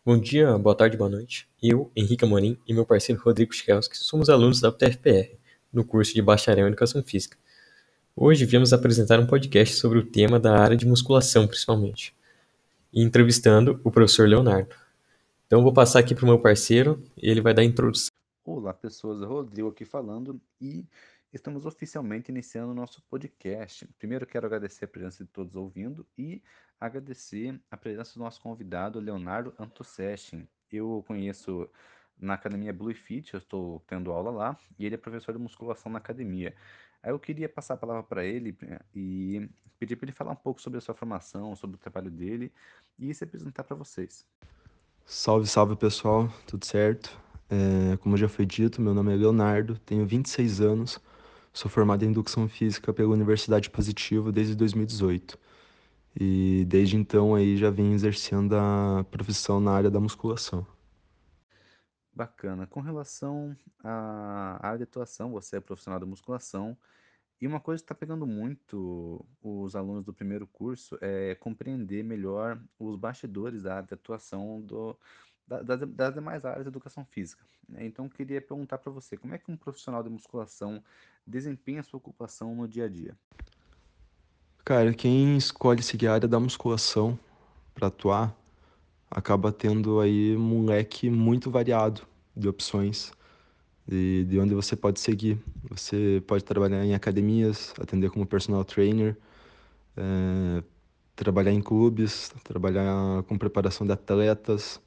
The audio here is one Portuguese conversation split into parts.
Bom dia, boa tarde, boa noite. Eu, Henrique Amorim, e meu parceiro Rodrigo Schkelski somos alunos da UTFPR, no curso de Bacharel em Educação Física. Hoje viemos apresentar um podcast sobre o tema da área de musculação, principalmente, e entrevistando o professor Leonardo. Então vou passar aqui para o meu parceiro e ele vai dar a introdução. Olá, pessoas. Rodrigo aqui falando e estamos oficialmente iniciando o nosso podcast. Primeiro, quero agradecer a presença de todos ouvindo e agradecer a presença do nosso convidado, Leonardo Antoseschi. Eu o conheço na academia Blue Fit, eu estou tendo aula lá e ele é professor de musculação na academia. Aí eu queria passar a palavra para ele e pedir para ele falar um pouco sobre a sua formação, sobre o trabalho dele e se apresentar para vocês. Salve, salve pessoal, tudo certo? Como já foi dito, meu nome é Leonardo, tenho 26 anos, sou formado em Educação Física pela Universidade Positivo desde 2018 e desde então aí já venho exercendo a profissão na área da musculação. Bacana. Com relação à área de atuação, você é profissional da musculação, e uma coisa que está pegando muito os alunos do primeiro curso é compreender melhor os bastidores da área de atuação das demais áreas de educação física, né? Então, eu queria perguntar para você, como é que um profissional de musculação desempenha a sua ocupação no dia a dia? Cara, quem escolhe seguir a área da musculação para atuar acaba tendo aí um leque muito variado de opções de onde você pode seguir. Você pode trabalhar em academias, atender como personal trainer, eh, trabalhar em clubes, trabalhar com preparação de atletas,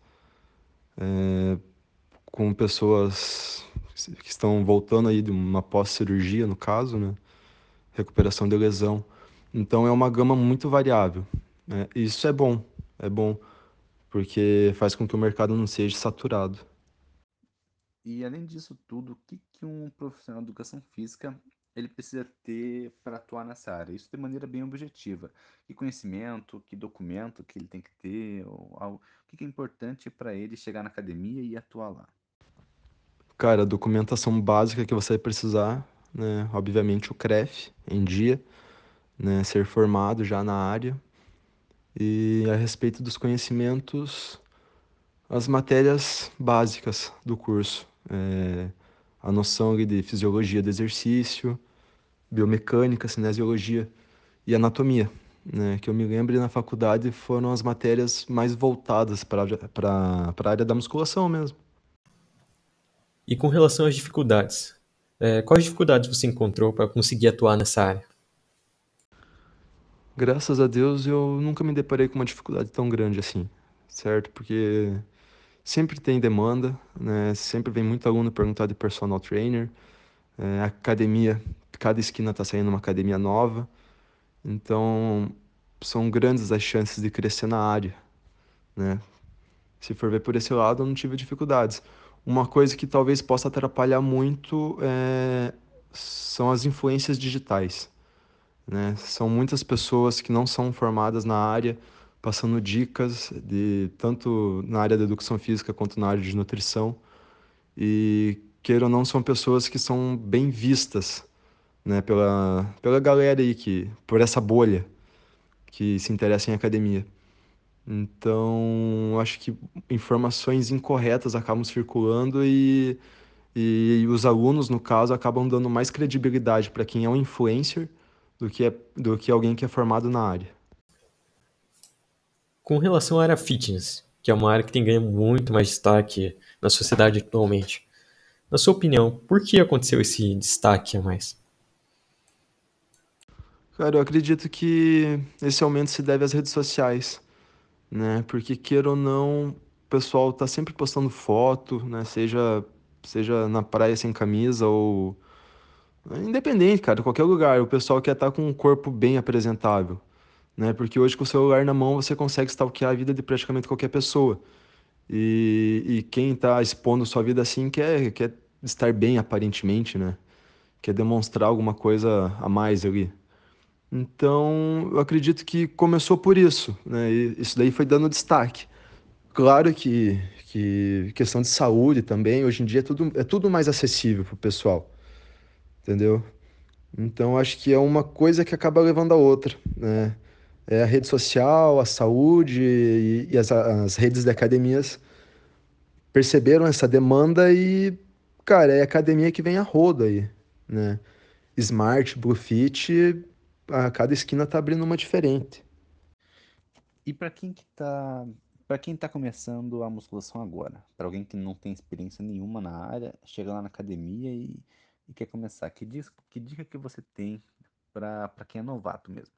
com pessoas que estão voltando aí de uma pós-cirurgia, no caso, né? Recuperação de lesão. Então é uma gama muito variável, né? E isso é bom, porque faz com que o mercado não seja saturado. E além disso tudo, o que que um profissional de educação física ele precisa ter para atuar nessa área? Isso de maneira bem objetiva. Que conhecimento, que documento que ele tem que ter, o que que é importante para ele chegar na academia e atuar lá? Cara, a documentação básica que você vai precisar, né? Obviamente o CREF em dia, né? Ser formado já na área. E a respeito dos conhecimentos, as matérias básicas do curso. A noção ali de fisiologia do exercício, biomecânica, cinesiologia e anatomia, né? Que eu me lembro na faculdade foram as matérias mais voltadas para a área da musculação mesmo. E com relação às dificuldades, quais dificuldades você encontrou para conseguir atuar nessa área? Graças a Deus eu nunca me deparei com uma dificuldade tão grande assim, certo? Porque sempre tem demanda, né? Sempre vem muito aluno perguntar de personal trainer, academia, cada esquina está saindo uma academia nova. Então, são grandes as chances de crescer na área, né? Se for ver por esse lado, eu não tive dificuldades. Uma coisa que talvez possa atrapalhar muito são as influências digitais, né? São muitas pessoas que não são formadas na área, passando dicas de tanto na área da educação física quanto na área de nutrição. E queira ou não, são pessoas que são bem vistas, né, pela galera aí que por essa bolha que se interessa em academia. Então, eu acho que informações incorretas acabam circulando e os alunos, no caso, acabam dando mais credibilidade para quem é um influencer do que alguém que é formado na área. Com relação à área fitness, que é uma área que tem ganho muito mais destaque na sociedade atualmente, na sua opinião, por que aconteceu esse destaque a mais? Cara, eu acredito que esse aumento se deve às redes sociais, né? Porque queira ou não, o pessoal tá sempre postando foto, né? Seja na praia sem camisa ou independente, cara, qualquer lugar, o pessoal quer estar com um corpo bem apresentável, né? Porque hoje com o celular na mão você consegue stalkear a vida de praticamente qualquer pessoa. E quem tá expondo sua vida assim quer estar bem aparentemente, né? Quer demonstrar alguma coisa a mais ali. Então, eu acredito que começou por isso, né? E isso daí foi dando destaque. Claro que questão de saúde também, hoje em dia é tudo mais acessível pro pessoal, entendeu? Então, acho que é uma coisa que acaba levando a outra, né? a rede social, a saúde e as redes de academias perceberam essa demanda e, cara, é academia que vem a rodo aí, né? Smart, Bluefit, a cada esquina tá abrindo uma diferente. E para quem tá começando a musculação agora, para alguém que não tem experiência nenhuma na área, chega lá na academia e quer começar, que dica que você tem para quem é novato mesmo?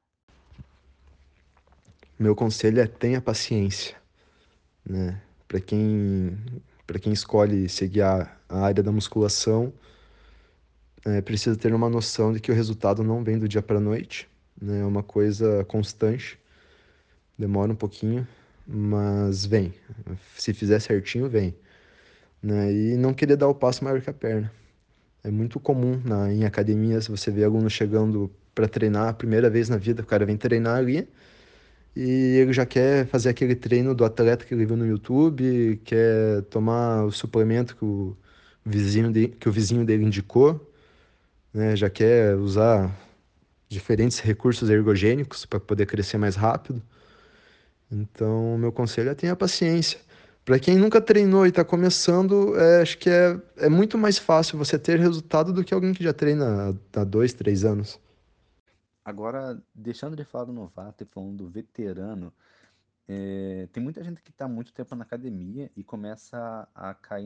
Meu conselho é tenha paciência, né? Para quem, para quem escolhe seguir a área da musculação, precisa ter uma noção de que o resultado não vem do dia para a noite, né? É uma coisa constante, demora um pouquinho, mas vem. Se fizer certinho, vem, né? E não querer dar o passo maior que a perna. É muito comum em academias você ver aluno chegando para treinar a primeira vez na vida, o cara vem treinar ali e ele já quer fazer aquele treino do atleta que ele viu no YouTube, quer tomar o suplemento que o vizinho dele indicou, né? Já quer usar diferentes recursos ergogênicos para poder crescer mais rápido. Então, meu conselho é tenha paciência. Para quem nunca treinou e está começando, acho que é muito mais fácil você ter resultado do que alguém que já treina há 2, 3 anos. Agora, deixando de falar do novato e falando do veterano, tem muita gente que está há muito tempo na academia e começa a cair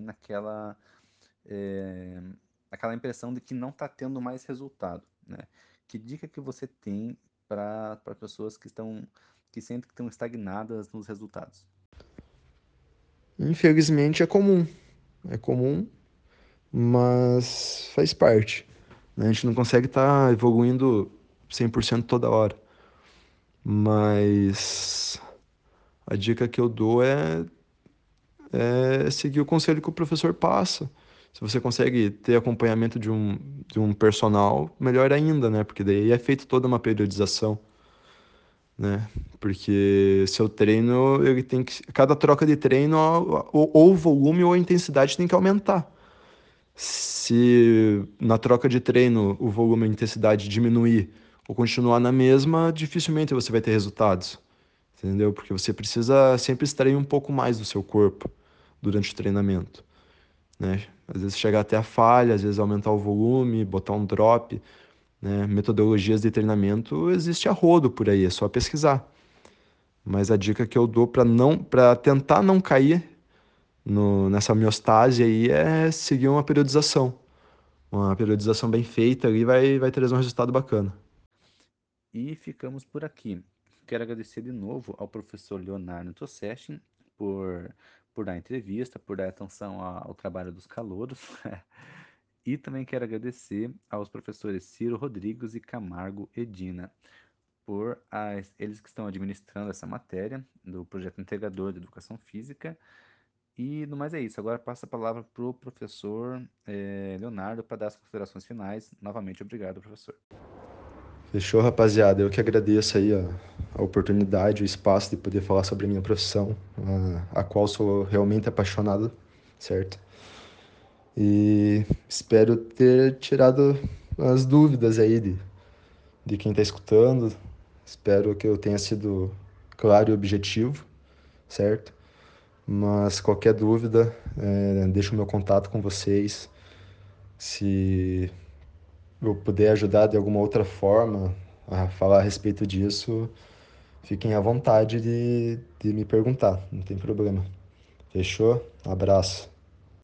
é, naquela impressão de que não está tendo mais resultado, né? Que dica que você tem para pessoas que sentem que estão estagnadas nos resultados? Infelizmente é comum, mas faz parte, né? A gente não consegue estar evoluindo 100% toda hora, mas a dica que eu dou é seguir o conselho que o professor passa. Se você consegue ter acompanhamento de um personal, melhor ainda, né? Porque daí é feito toda uma periodização, né? Porque seu treino, ele tem que. Cada troca de treino, ou o volume ou a intensidade tem que aumentar. Se na troca de treino o volume e a intensidade diminuir ou continuar na mesma, dificilmente você vai ter resultados, entendeu? Porque você precisa sempre extrair um pouco mais do seu corpo durante o treinamento, né? Às vezes chegar até a falha, às vezes aumentar o volume, botar um drop, né? Metodologias de treinamento existe a rodo por aí, é só pesquisar. Mas a dica que eu dou para tentar não cair nessa homeostase aí é seguir uma periodização. Uma periodização bem feita ali vai trazer um resultado bacana. E ficamos por aqui. Quero agradecer de novo ao professor Leonardo Tosseschi por dar a entrevista, por dar atenção ao trabalho dos calouros. E também quero agradecer aos professores Ciro Rodrigues e Camargo Edina, eles que estão administrando essa matéria do projeto integrador de educação física. E no mais é isso. Agora passo a palavra para o professor Leonardo para dar as considerações finais. Novamente, obrigado, professor. Fechou, rapaziada? Eu que agradeço aí a oportunidade, o espaço de poder falar sobre a minha profissão, a qual sou realmente apaixonado, certo? E espero ter tirado as dúvidas aí de quem está escutando. Espero que eu tenha sido claro e objetivo, certo? Mas qualquer dúvida, deixo o meu contato com vocês. Se eu puder ajudar de alguma outra forma a falar a respeito disso, fiquem à vontade de me perguntar, não tem problema. Fechou? Abraço.